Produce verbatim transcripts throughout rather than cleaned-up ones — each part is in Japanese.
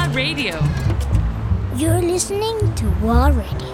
Radio. You're listening to War Radio.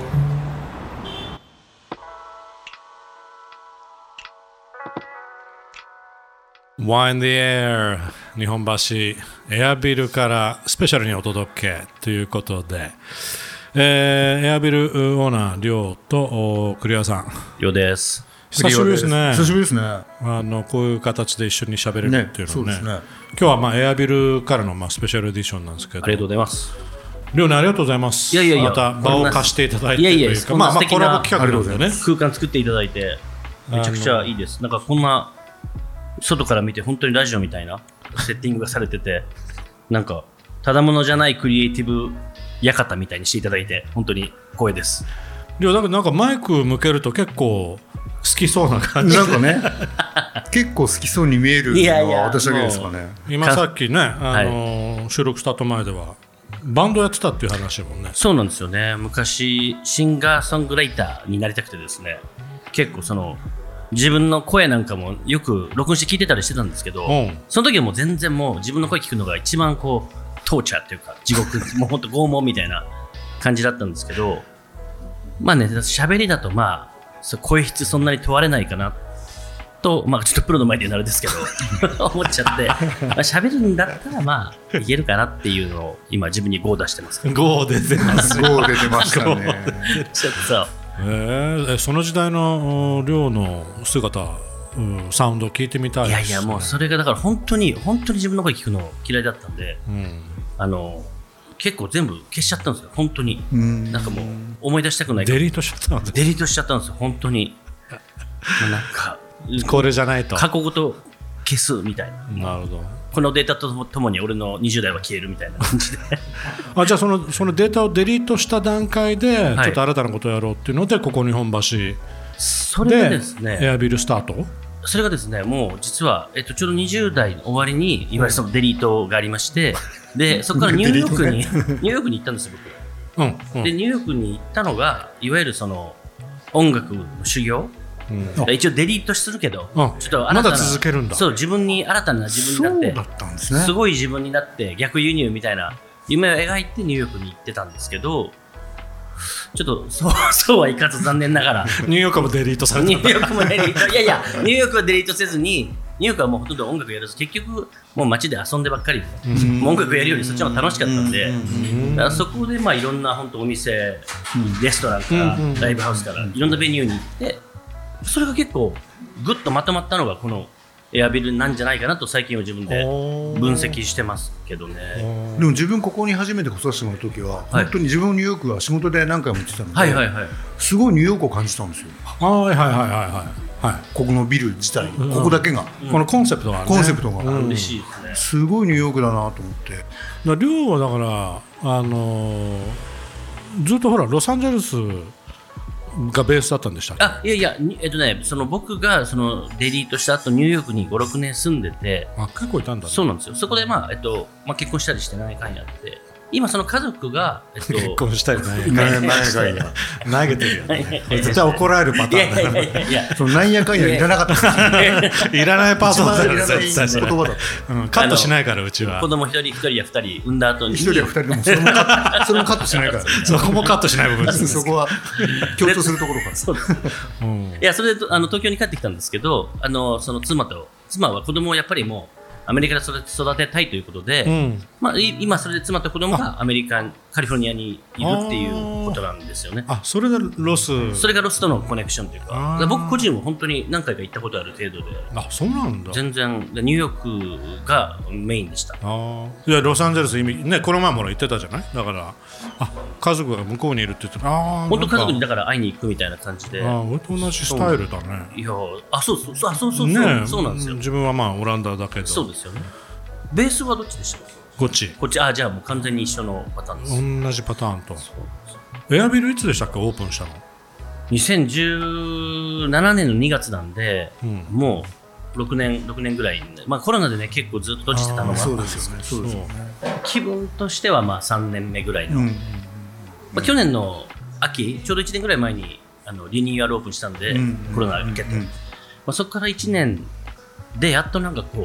War in the Air 日本橋エアビルからスペシャルにお届けということで、えー、エアビルオーナーりょうと栗原さん、 りょうです。 久しぶりですね。 久しぶりですね。 あのこういう形で一緒に喋れるっていうのは ね, ね, ね今日はまあエアビルからのまあスペシャルエディションなんですけど、 ありがとうございます。 りょうね、ありがとうございます。 いやいやいや、 また場を貸していただいていやいや、 というか、まあまあコラボ企画なんでね、 空間作っていただいてめちゃくちゃいいです。なんかこんな外から見て本当にラジオみたいなセッティングがされてて、なんかただものじゃないクリエイティブ館みたいにしていただいて本当に光栄です。 りょう、なんかマイク向けると結構好きそうな感じなんかね結構好きそうに見えるのは私だけですかね。 今さっきね、あのーはい、収録スタート前ではバンドやってたっていう話もね。 そうなんですよね。昔シンガーソングライターになりたくてですね、結構その自分の声なんかもよく録音して聞いてたりしてたんですけど、うん、その時はもう全然もう自分の声聞くのが一番こうトーチャーっていうか地獄もうほんと拷問みたいな感じだったんですけど、まあね、喋りだとまあ声質そんなに問われないかなと、まあちょっとプロの前で言うのあれですけど思っちゃって、まあ、喋るんだったらまあいけるかなっていうのを今自分にゴー出してます。 ゴー出てますゴー出てましたねちょっとえー、その時代のりょうの姿、うん、サウンドを聞いてみたいです、ね、 いやいや、もうそれがだから本当に本当に自分の声聞くの嫌いだったんで、うん、あの結構全部消しちゃったんですよ本当に。んなんかもう思い出したくないデリートしちゃったんです。 デリートしちゃったんですよ本当に。なんかこれじゃないと過去ごと消すみたいな。 なるほど。 このデータとともに俺のにじゅう代は消えるみたいな感じであ、じゃあその、そのデータをデリートした段階でちょっと新たなことをやろうっていうので、はい、ここ日本橋それがですね、 エアビルスタート。 それがですね、もう実は、えっと、ちょうどにじゅう代の終わりにいわゆるそのデリートがありまして、でそこからニューヨークにニューヨークに行ったんですよ僕、うんうん、でニューヨークに行ったのがいわゆるその音楽の修行、うん、一応デリートするけど、 うん、ちょっと新たなまだ続けるんだ。 そう、自分に新たな自分になって、 そうだったんですね。 すごい自分になって逆輸入みたいな夢を描いてニューヨークに行ってたんですけど、ちょっとそう、そうはいかず残念ながらニューヨークもデリートされた。 ニューヨークもデリートいやいやニューヨークはデリートせずに、ニューヨークはもうほとんど音楽やるし、結局もう街で遊んでばっかりで、もう音楽やるよりそっちの方が楽しかったんで、だからそこでまあいろんな本当お店、レストランからライブハウスからいろんなベニューに行って、それが結構ぐっとまとまったのがこのエアビルなんじゃないかなと最近は自分で分析してますけどね。 でも自分ここに初めて来させてもらった時は、はい、本当に自分ニューヨークは仕事で何回も行ってたので、はいはいはい、すごいニューヨークを感じたんですよ。 はいはいはいはいはい、 ここのビル自体、うん、ここだけが、 うん、このコンセプトが、ね、 コンセプトが、 うん、嬉しいですね。 すごいニューヨークだなと思って。 だりょうはだからあのー、ずっとほらロサンゼルスがベースだったんでしたっけ？ あ、いやいや、えっとね、その僕がそのデリートした後ニューヨークにご、ろくねん住んでて、 あ、結構いたんだね。 そうなんですよ。そこでまあ、えっとまあ、結婚したりして何回やって、今その家族が、えっと、 結婚したりね、 何回や投げてるよね。絶対怒られるパターンだね。 いやいやいや、 そのなんやかんやいらなかった。 いらないパートナーだよ絶対言葉だ。 うん、カットしないからうちは。 子供一人一人や二人産んだ後に一人や二人でもそれもカット、それもカットしないから。 そこもカットしない部分です。 そこは強調するところから。 そうです。うん、いや、それであの東京に帰ってきたんですけど、あのその妻と妻は子供をやっぱりもうアメリカで育てたいということで、うん、まあ、今それで妻と子供がアメリカカリフォルニアにいるっていうことなんですよね。 あ、それでロス、 それがロスとのコネクションというか、僕個人は本当に何回か行ったことある程度で、 あ、そうなんだ。 全然ニューヨークがメインでした。 あ、いやロサンゼルス意味ね、この前も言ってたじゃない。だからあ、家族が向こうにいるって言ってた。あ、 本当家族にだから会いに行くみたいな感じで。 あ、俺と同じスタイルだね。 いや、あ、そうそうそうそうそう、 ね、 そうなんですよ。 自分はまあオランダだけど。 そうですよね。ベースはどっちでした？ こっち。 こっち。あ、じゃあもう完全に一緒のパターンです。 同じパターンと。エアビルいつでしたっけ、オープンしたの？ にせんじゅうななねんのにがつなんで、うん、もうろくねんろくねんぐらい、まあ、コロナでね結構ずっと閉じてたのが、 そうですよね。そうですよね。 気分としてはまあさんねんめぐらいの、うん、まあ、去年の秋ちょうどいちねんぐらい前にあのリニューアルオープンしたんで、うん、コロナ明けて、うん、まあ、そこからいちねんでやっとなんかこう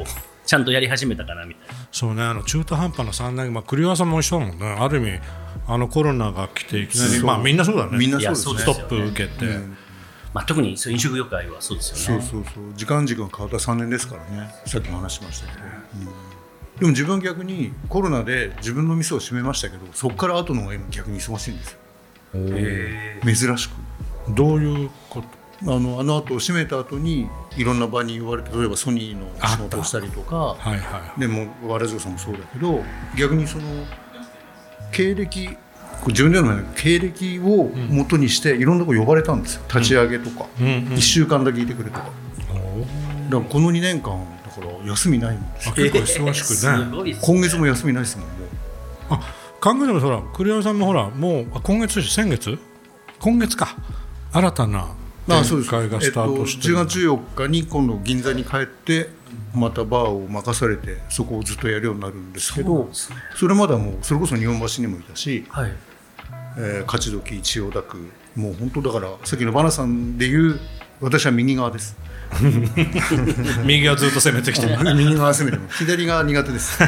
ちゃんとやり始めたかなみたいな。 そうね、あの中途半端なさんねん、まあ、栗原さんも一緒だもんね。ある意味あのコロナが来ていきなり、まあ、みんなそうだね、 みんなそうですね、 ストップ受けて、うん、 まあ、特にそう飲食業界はそうですよね。 そうそうそう、時間軸が変わったさんねんですからね、さっきも話しましたけど、うん、でも自分は逆にコロナで自分の店を閉めましたけど、そこから後の方が今逆に忙しいんですよ。珍しく。 どういうこと？ あのあの後閉めた後にいろんな場に呼ばれて、例えばソニーの仕事をしたりとか、はいはい、でもわらじょうさんもそうだけど、逆にその経歴、自分での経歴を元にしていろんなとこ呼ばれたんですよ、立ち上げとか、うんうんうん、いっしゅうかんだけいてくれとか、だからこのにねんかんだから休みないんですよ。 結構忙しくね、 すごいっすね。 今月も休みないですもん。もうあ、考えてもほら栗原さんもほらもうあ今月先月今月か新たな展開がスタートして、 えっと、じゅうがつじゅうよっかに今度銀座に帰ってまたバーを任されてそこをずっとやるようになるんですけど、 そ, ね、それまではもうそれこそ日本橋にもいたし、はい、えー、勝どき千代田区、もう本当だからさっきのバナさんでいう私は右側です右側ずっと攻めてきてる右側攻めても左側苦手です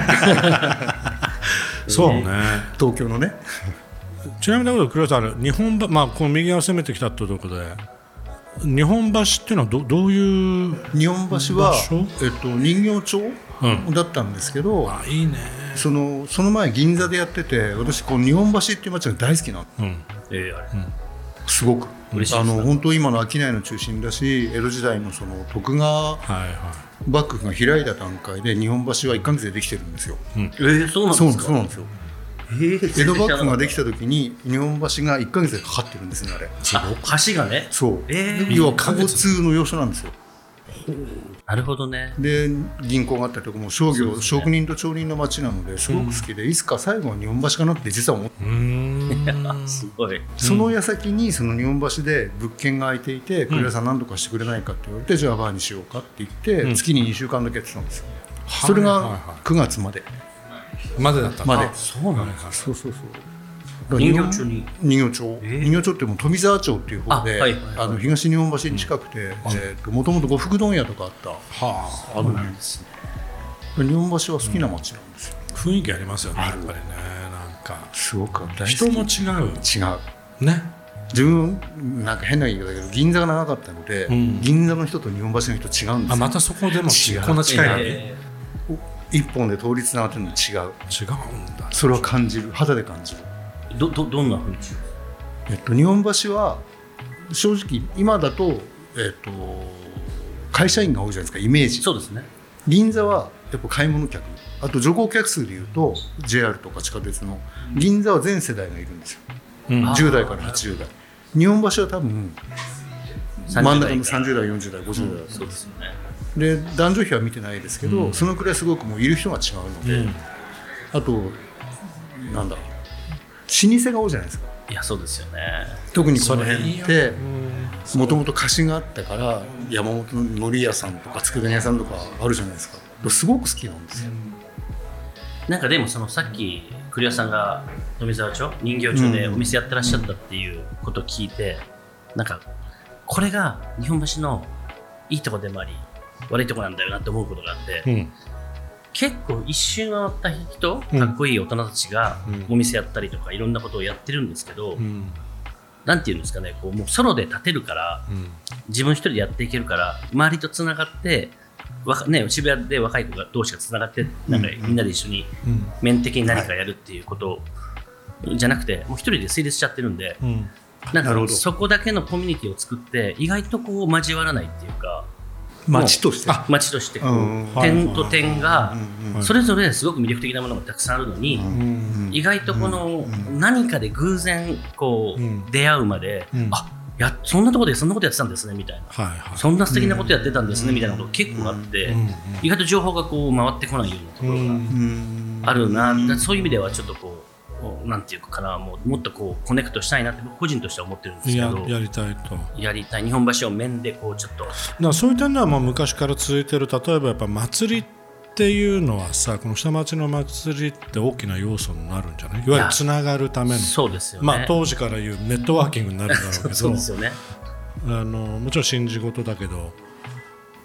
そうね、 東京のね。 ちなみにだけど栗原さん、日本橋、まあ、この右側攻めてきたってところで日本橋っていうのは ど, どういう日本橋は、えっと、人形町、うん、だったんですけど、 あ、いいね、 その、その前銀座でやってて、私こう日本橋っていう街が大好きなの、うん、えー、あれ、うん、すごくあの本当今の商いの中心だし、江戸時代 の, その徳川幕府が開いた段階で日本橋はいっかげつでできてるんですよ、うん、えー、そうなんですか。 そうなんですよ。江戸幕府ができた時に日本橋がいっかげつでかかってるんですね、あれ。 あ、橋がね。 そう、えー、要は交通の要所なんですよ。 なるほどね。 で銀行があったりとかも商業、ね、職人と町人の町なのですごく好きで、うん、いつか最後は日本橋かなって実は思って、うーんすごい。 その矢先にその日本橋で物件が空いていて、栗原さん何とかしてくれないかって言われて、うん、じゃあバーにしようかって言って、うん、月ににしゅうかんだけやってたんですよ、うん、それがくがつまでまでだったまで。 そうなんですか。 そうそうそう。 人形町に人形町、えー、人形町ってもう富沢町っていう方で、あ、はいはいはい、あの東日本橋に近くて、もともと呉服問屋とかあった、はあ、あるんですね。 日本橋は好きな街なんですよ、 うん、雰囲気ありますよね、やっぱりね。なんかすごく大好き。 人も違う違うね。自分なんか変な言い方だけど銀座が長かったので、うん、銀座の人と日本橋の人違うんですよ。 あ、またそこでも違う、こんな近いのに、えー、一本で通りつながってるのに違う違うんだ。 それは感じる、肌で感じる。 ど, ど, どんなふうに、 えっと、日本橋は正直今だと、えっと、会社員が多いじゃないですか、イメージ。 そうですね。 銀座はやっぱ買い物客、あと乗降客数でいうと ジェイアール とか地下鉄の銀座は全世代がいるんですよ、うん、じゅう代からはちじゅう代。日本橋は多分真ん中のさんじゅう代よんじゅう代ごじゅう代だと思うんですよ、うん、で男女比は見てないですけど、うん、そのくらいすごくもういる人が違うので、うん、あとなんだ老舗が多いじゃないですか。 いや、そうですよね。 特にこの辺ってもともと貸しがあったから山本のり屋さんとか佃煮屋さんとかあるじゃないですか。すごく好きなんですよ。 なんかでもそのさっき栗原さんが富沢町人形町でお店やってらっしゃったっていうことを聞いて、うん、なんかこれが日本橋のいいとこでもあり悪いとこなんだよなって思うことがあって、うん、結構一瞬回った人、かっこいい大人たちがお店やったりとかいろんなことをやってるんですけど、うん、なんていうんですかね、こうもうソロで立てるから、うん、自分一人でやっていけるから周りとつながってわね、渋谷で若い子が同士がつながってなんかみんなで一緒に面的に何かやるっていうことじゃなくて、もう一人で成立しちゃってるんで、うん、なんかそこだけのコミュニティを作って意外とこう交わらないっていうか、 街として街としてこう点と点がそれぞれすごく魅力的なものがたくさんあるのに、意外とこの何かで偶然こう出会うまで、あ、やそんなところでそんなことやってたんですねみたいな、はいはい、そんな素敵なことやってたんですねみたいなことが結構あって、うんうん、意外と情報がこう回ってこないようなところがあるな、うん、そういう意味ではちょっとこうなんていうかな、もうもっとこうコネクトしたいなって僕個人としては思ってるんですけど、 や, やりたいとやりたい日本橋を面でこうちょっとだからそういったのはまあ昔から続いてる。例えばやっぱ祭りっていうのはさ、この下町の祭りって大きな要素になるんじゃない？いわゆるつながるための、 そうですよね、 まあ、当時から言うネットワーキングになるんだろうけどそうですよね。 あのもちろん信じ事だけど、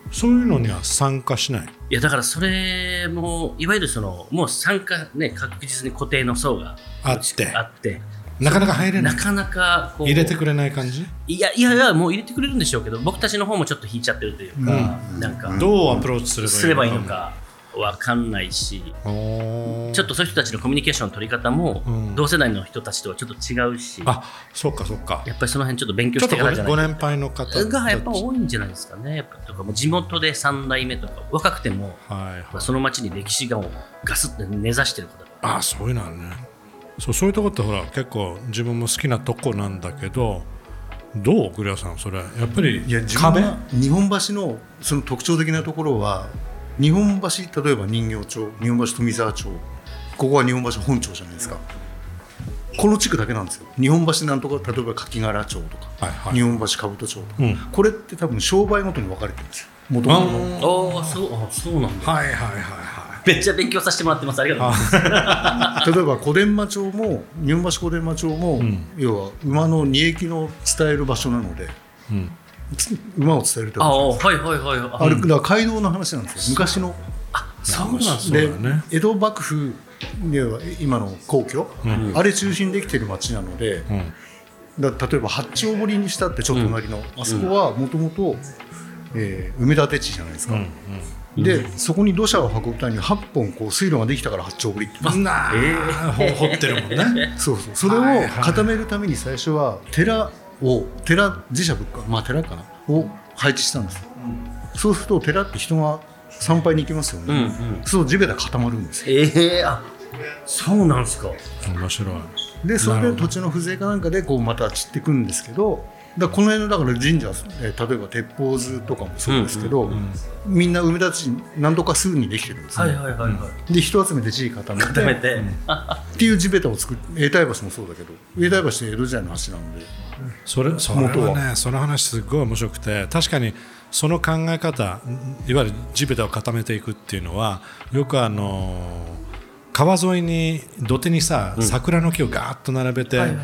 そういうのには参加しない？ いやだからそれもいわゆるそのもう参加ね確実に固定の層があってあってなかなか入れない、 なかなかこう入れてくれない感じ？ いやいやいやもう入れてくれるんでしょうけど僕たちの方もちょっと引いちゃってるというか、うん、なんかどうアプローチすればいいのか、 すればいいのか分かんないし、ちょっとそういう人たちのコミュニケーションの取り方も、うん、同世代の人たちとはちょっと違うし、 あ、そうかそうか、 やっぱりその辺ちょっと勉強してからじゃないご年配の方がやっぱ多いんじゃないですかね。やっぱとかもう地元でさん代目とか若くても、はいはい、その町に歴史がガスッと根ざしてる方が、 あ、そういうのあるね。そう、そういうとこってほら結構自分も好きなとこなんだけど、どう栗原さんそれやっぱりいや壁日本橋のその特徴的なところは日本橋、例えば人形町、日本橋富沢町、ここは日本橋本町じゃないですか。この地区だけなんですよ。日本橋なんとか例えば柿柄町とか、はいはい、日本橋兜町とか、うん、これって多分商売ごとに分かれてるんですよ。もともとああそう、あそうなんだ。 はいはいはいはい。 めっちゃ勉強させてもらってます。ありがとうございます。 例えば小伝馬町も日本橋小伝馬町も、うん、要は馬の煮液の伝える場所なので、うん、馬を伝えるとああはいはいはい、 あれだから街道の話なんですよ。昔のあそうなんですね。 ね、 江戸幕府では今の皇居、うん、あれ中心にできてる町なので、うん、だ例えば八丁堀にしたってちょっと隣の、うん、あそこはもともと埋め立て地じゃないですか、うんうん、でそこに土砂を運ぶためにはっぽんこう水路ができたから八丁堀って言な、えー、掘ってるもんね。 そうそう、それを固めるために最初は寺を寺寺社仏閣、まあ寺かなを配置したんですよ、うん、そうすると寺って人が参拝に行きますよね、うんうん、そう地べた固まるんですよ。 えー、あそうなんですか。 面白い。 でそれで土地の風情かなんかでこうまた散っていくんですけど、だこの辺のだから神社、えー、例えば鉄砲図とかもそうですけど、うんうんうん、みんな埋め立て地何とか数にできてるんですね、はいはいはいはい、で人集めて地固めて固めて、うん、 っていう地べたを作る。永代橋もそうだけど永代橋って江戸時代の橋なんで、 それそれはね、その話すごい面白くて、確かにその考え方、いわゆる地べたを固めていくっていうのはよくあの川沿いに土手にさ、うん、桜の木をガーッと並べて、はいはい、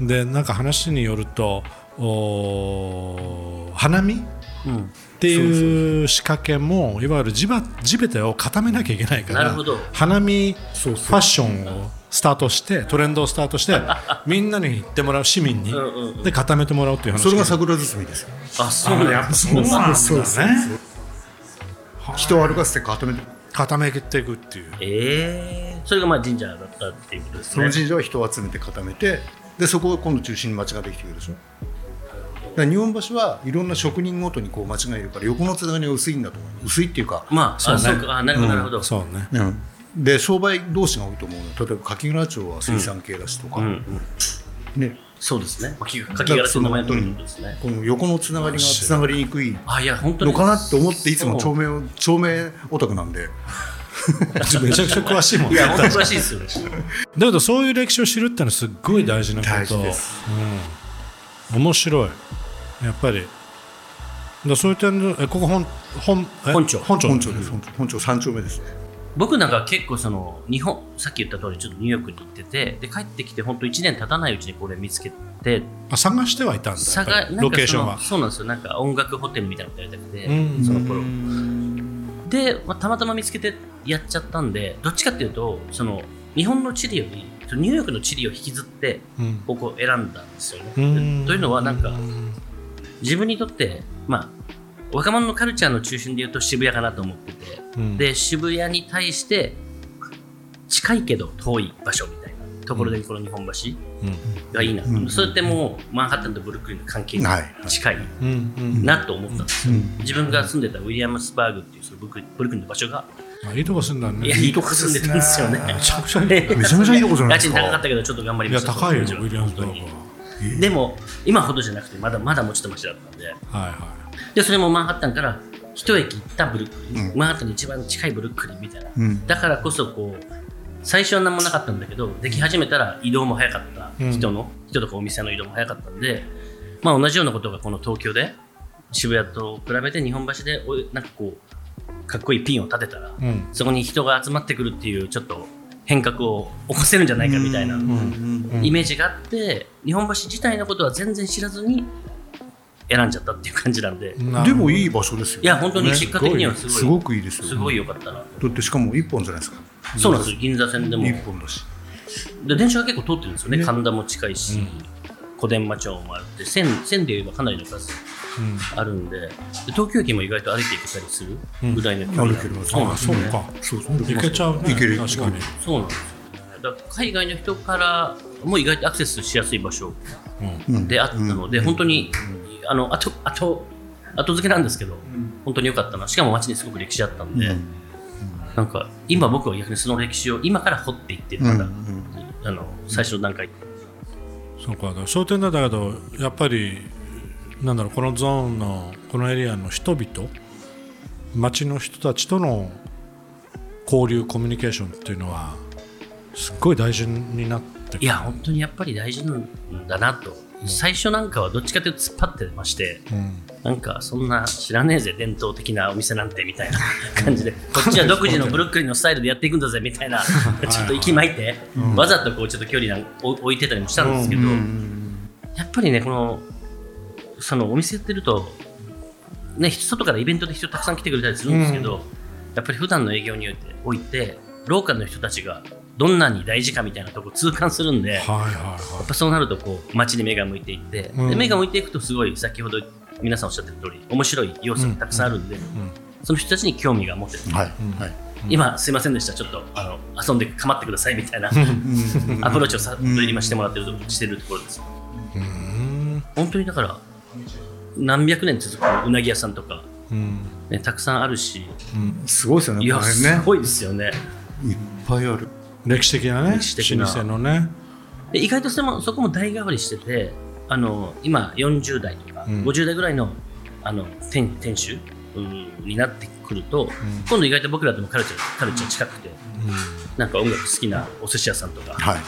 でなんか話によるとお花見、うん、っていう仕掛けもいわゆる地べたを固めなきゃいけないから、花見ファッションをスタートしてトレンドをスタートしてみんなに行ってもらう、市民にうん、で固めてもらうっていう話。 それが桜包みですよ。 あ、そうなんだ。やっぱそうなんだね。 人を歩かせて固めて固めていくっていう、 えー、それがまあ神社だったっていうことですね。 その神社は人を集めて固めて、でそこを今度中心に町ができてくるでしょ。だから日本橋はいろんな職人ごとにこう町がいるから横のつながりが薄いんだと思う。薄いっていうか、 まあそうね、あそうか、あなるほどなるほど、 うん、そうね、 うん、で商売同士が多いと思うの。例えば柿柄町は水産系だしとか、うんうんうん、ね、 そうですね。柿柄町の名前の通りのですね、 この横のつながりがつながりにくいのかなって思っていつも町名を町名オタクなんでめちゃくちゃ詳しいもんね。 いや本当詳しいですよね。 だけどそういう歴史を知るってのはすっごい大事なこと。大事です、うん、面白いやっぱり。だそういう点で、えここ本本本町本町本町です。本町さん丁目ですね。 僕なんか結構その日本、さっき言った通りちょっとニューヨークに行ってて、で帰ってきて本当いちねん経たないうちにこれ見つけて、 あ探してはいたんだ。 探ロケーションはそうなんですよ。なんか音楽ホテルみたいなことやりたくて、その頃で、まあ、たまたま見つけてやっちゃったんで、どっちかっていうとその日本の地理よりニューヨークの地理を引きずってここを選んだんですよね、うん、というのはなんか自分にとってまあ若者のカルチャーの中心でいうと渋谷かなと思ってて、うん、で渋谷に対して近いけど遠い場所みたいなところでこの日本橋がいいな、うん、それってもうマンハッタンとブルックリンの関係に近いなと思ったんですよ、うん、自分が住んでたウィリアムスバーグっていうそのブルックリンの場所がいいとこ住んだね。 いやいいとこ住んでたんですよね。 めちゃくちゃいい。 めちゃめちゃいいとこじゃないですか。 家賃高かったけどちょっと頑張りました。 いや高いよウィリアムスバーグは。 でも今ほどじゃなくてまだまだもうちょっとマシだったんで、はいはい、でそれもマンハッタンから一駅行ったブルックリン、うん、マンハッタンに一番近いブルックリンみたいな、うん、だからこそこう最初は何もなかったんだけどでき始めたら移動も早かった人の、うん、人とかお店の移動も早かったんで、まあ、同じようなことがこの東京で渋谷と比べて日本橋でなんかこうかっこいいピンを立てたら、うん、そこに人が集まってくるっていうちょっと変革を起こせるんじゃないかみたいなイメージがあって日本橋自体のことは全然知らずに選んじゃったっていう感じなんで。 でもいい場所ですよね。 いや本当に結果的にはすごい、 すごくいいですよ。 すごい良かったな。だってしかも一本じゃないですか。 そうなんですよ、銀座線でも一本だし。 で電車が結構通ってるんですよね。ね、神田も近いし、うん、小伝馬町もあって、線線で言えばかなりの数あるんで、うん、で東京駅も意外と歩いて行けたりするぐらいの距離なんで、うん、 そうなんですね。そうか、そうそう行けちゃうね。 行ける、 確かに。 そうなんですよ。だから海外の人からも意外とアクセスしやすい場所であったので、うん、本当に、うん、あの後後後付けなんですけど、うん、本当に良かったな。しかも街にすごく歴史あったんで、うん、なんか今僕は逆にその歴史を今から掘っていってるから、うん、あの最初の段階。 そうか、商店街だけどやっぱりなんだろう、このゾーンのこのエリアの人々、街の人たちとの交流コミュニケーションっていうのはすっごい大事になってくる。 いや本当にやっぱり大事なんだなと、うん、最初なんかはどっちかというと突っ張ってまして、うん、なんかそんな知らねえぜ伝統的なお店なんてみたいな感じで、こっちは独自のブルックリンのスタイルでやっていくんだぜみたいなちょっと息巻いて、うん、わざとこうちょっと距離なん置いてたりもしたんですけど、うん、やっぱりねこのそのお店やってるとね、外からイベントで人たくさん来てくれたりするんですけど、うん、やっぱり普段の営業においてローカルの人たちがどんなに大事かみたいなところを痛感するんで、はいはいはい、やっぱそうなるとこう街に目が向いていって、うん、で目が向いていくとすごい先ほど皆さんおっしゃってる通り面白い要素がたくさんあるんで、うんうん、その人たちに興味が持ってる、はいはい、今すいませんでした、ちょっとあの遊んで構ってくださいみたいなアプローチをさっと今してもらってるとしてるところです。うん、本当にだから何百年続くうなぎ屋さんとか、うんね、たくさんあるし、 うん、すごいですよね。 いや、すごいですよね。 いっぱいある。 歴史的なね、老舗のね。 で意外とそもそこも代替わりしてて、あの今よんじゅう代とか、うん、ごじゅう代ぐらいの、あの 店, 店主になってくると、うん、今度意外と僕らともカルチャーカルチャー近くて、うん、なんか音楽好きなお寿司屋さんとか、はい、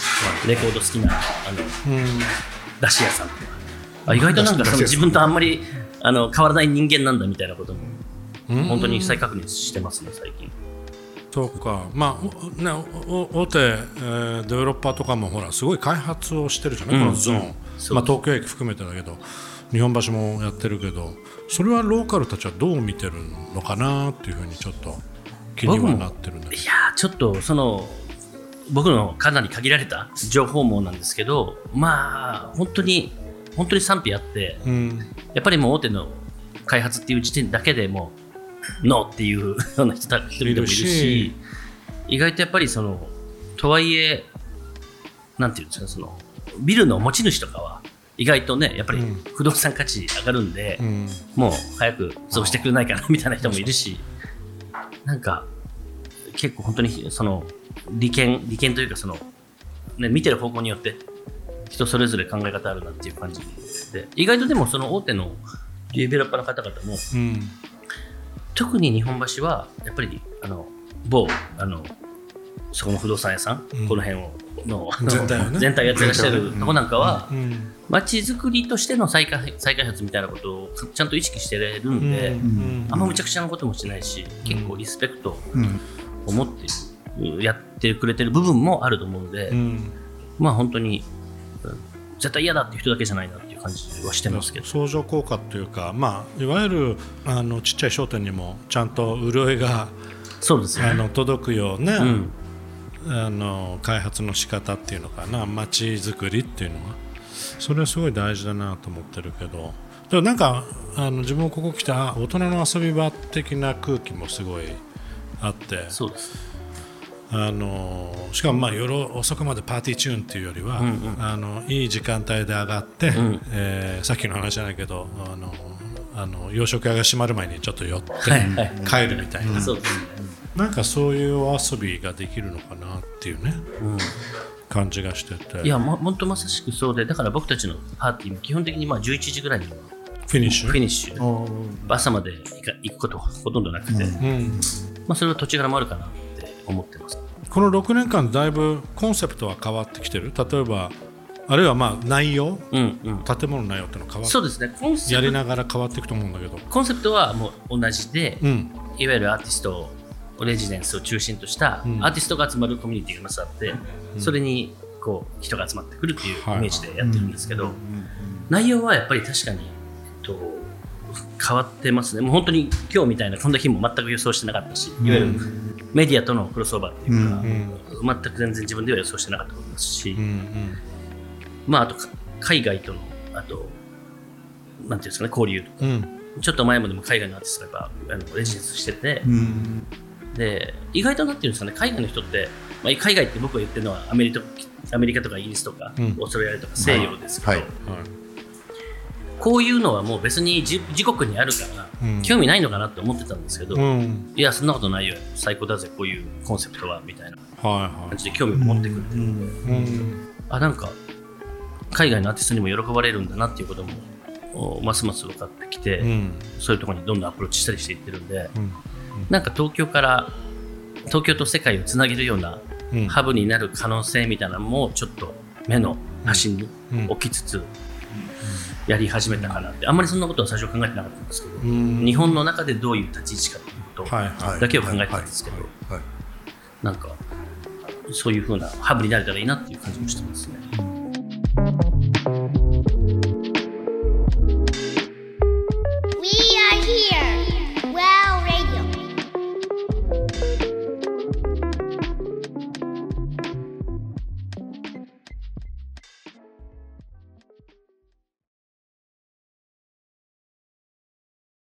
レコード好きなあの、うん、だし屋さんとか、あ意外となんかその自分とあんまりあの変わらない人間なんだみたいなことも、うん、本当に再確認してますね最近。 そうか、まあね、大手、えー、デベロッパーとかもほらすごい開発をしてるじゃない、うん、このゾーン、うん、まあ、東京駅含めてだけど日本橋もやってるけど、それはローカルたちはどう見てるのかなっていうふうにちょっと気にはなってるんだけど。 いやちょっとその僕のかなり限られた情報網なんですけど、まあ本当に本当に賛否あって、うん、やっぱりもう大手の開発っていう時点だけでもノーっていうような人々もいるし、意外とやっぱりそのとはいえなんていうんですか、そのビルの持ち主とかは意外とねやっぱり不動産価値上がるんで、うん、もう早く潰してくれないかなみたいな人もいるし、なんか結構本当にその利権利権というかその、ね、見てる方向によって人それぞれ考え方あるなっていう感じで、意外とでもその大手のデベロッパーの方々も、うん、特に日本橋はやっぱりあの某あのそこの不動産屋さん、うん、この辺をの全体を、ね、全体やってらっしゃるとこなんかは街づくりとしての再開、再開発みたいなことをちゃんと意識してるんで、うん、あんまむちゃくちゃなこともしないし、うん、結構リスペクトを持ってやってくれてる部分もあると思うんで、うん、まあ本当に絶対嫌だっていう人だけじゃないなっていう感じはしてますけど、 相乗効果というか、まあ、いわゆるあのちっちゃい商店にもちゃんと潤いがそうです、ね、 あの届くような、うん、あの開発の仕方っていうのかな、街づくりっていうのはそれはすごい大事だなと思ってるけど、でもなんかあの自分ここ来た大人の遊び場的な空気もすごいあって、 そうです、 あのしかもまあ夜遅くまでパーティーチューンっていうよりは、うんうん、あのいい時間帯で上がって、うん、えー、さっきの話じゃないけどあのあの洋食屋が閉まる前にちょっと寄って、はいはい、帰るみたいな、うん、そうです、なんかそういうお遊びができるのかなっていうね、うん、感じがしてて、 いやもっとまさしくそうで、だから僕たちのパーティーも基本的にまあじゅういちじぐらいにフィニッシュフィニッシュ朝まで行くことほとんどなくて、うんうん、まあ、それは土地柄もあるかなって思ってます。 このろくねんかんだいぶコンセプトは変わってきてる。例えばあるいはまあ内容、うんうん、建物の内容っていうのは変わって、 そうですね、コンセプトやりながら変わっていくと思うんだけど、 コンセプトはもう同じで、うん、いわゆるアーティストレジデンスを中心としたアーティストが集まるコミュニティがまずあって、うん、それにこう人が集まってくるっていうイメージでやってるんですけど、内容はやっぱり確かに、えっと、 変わってますね。もう本当に今日みたいなこんな日も全く予想してなかったし、いわゆるメディアとのクロスオーバーっていうか、うん、全く全然自分では予想してなかったと思いますし、うんうん、まああと海外とのあとなんていうんですかね、交流とか、うん、ちょっと前までも海外のアーティストがやっぱあのレジデンスしてて、うん、で意外となんていうんですかね、海外の人って、まあ、海外って僕が言ってるのはアメリカ、アメリカとかイギリスとか、うん、オーストラリアとか西洋ですけど、はいはい、こういうのはもう別に 自, 自国にあるから、うん、興味ないのかなって思ってたんですけど、うん、いやそんなことないよ、最高だぜこういうコンセプトはみたいな感じで興味を持ってくれてるんで、うんうん、あなんか海外のアーティストにも喜ばれるんだなっていうこともますます分かってきて、うん、そういうところにどんどんアプローチしたりしていってるんで、うんうん、なんか東京から東京と世界をつなげるようなハブになる可能性みたいなのもちょっと目の端に置きつつやり始めたかなって、あんまりそんなことは最初考えてなかったんですけど、うん、日本の中でどういう立ち位置かということだけを考えてたんですけど、なんかそういう風なハブになれたらいいなっていう感じもしてますね。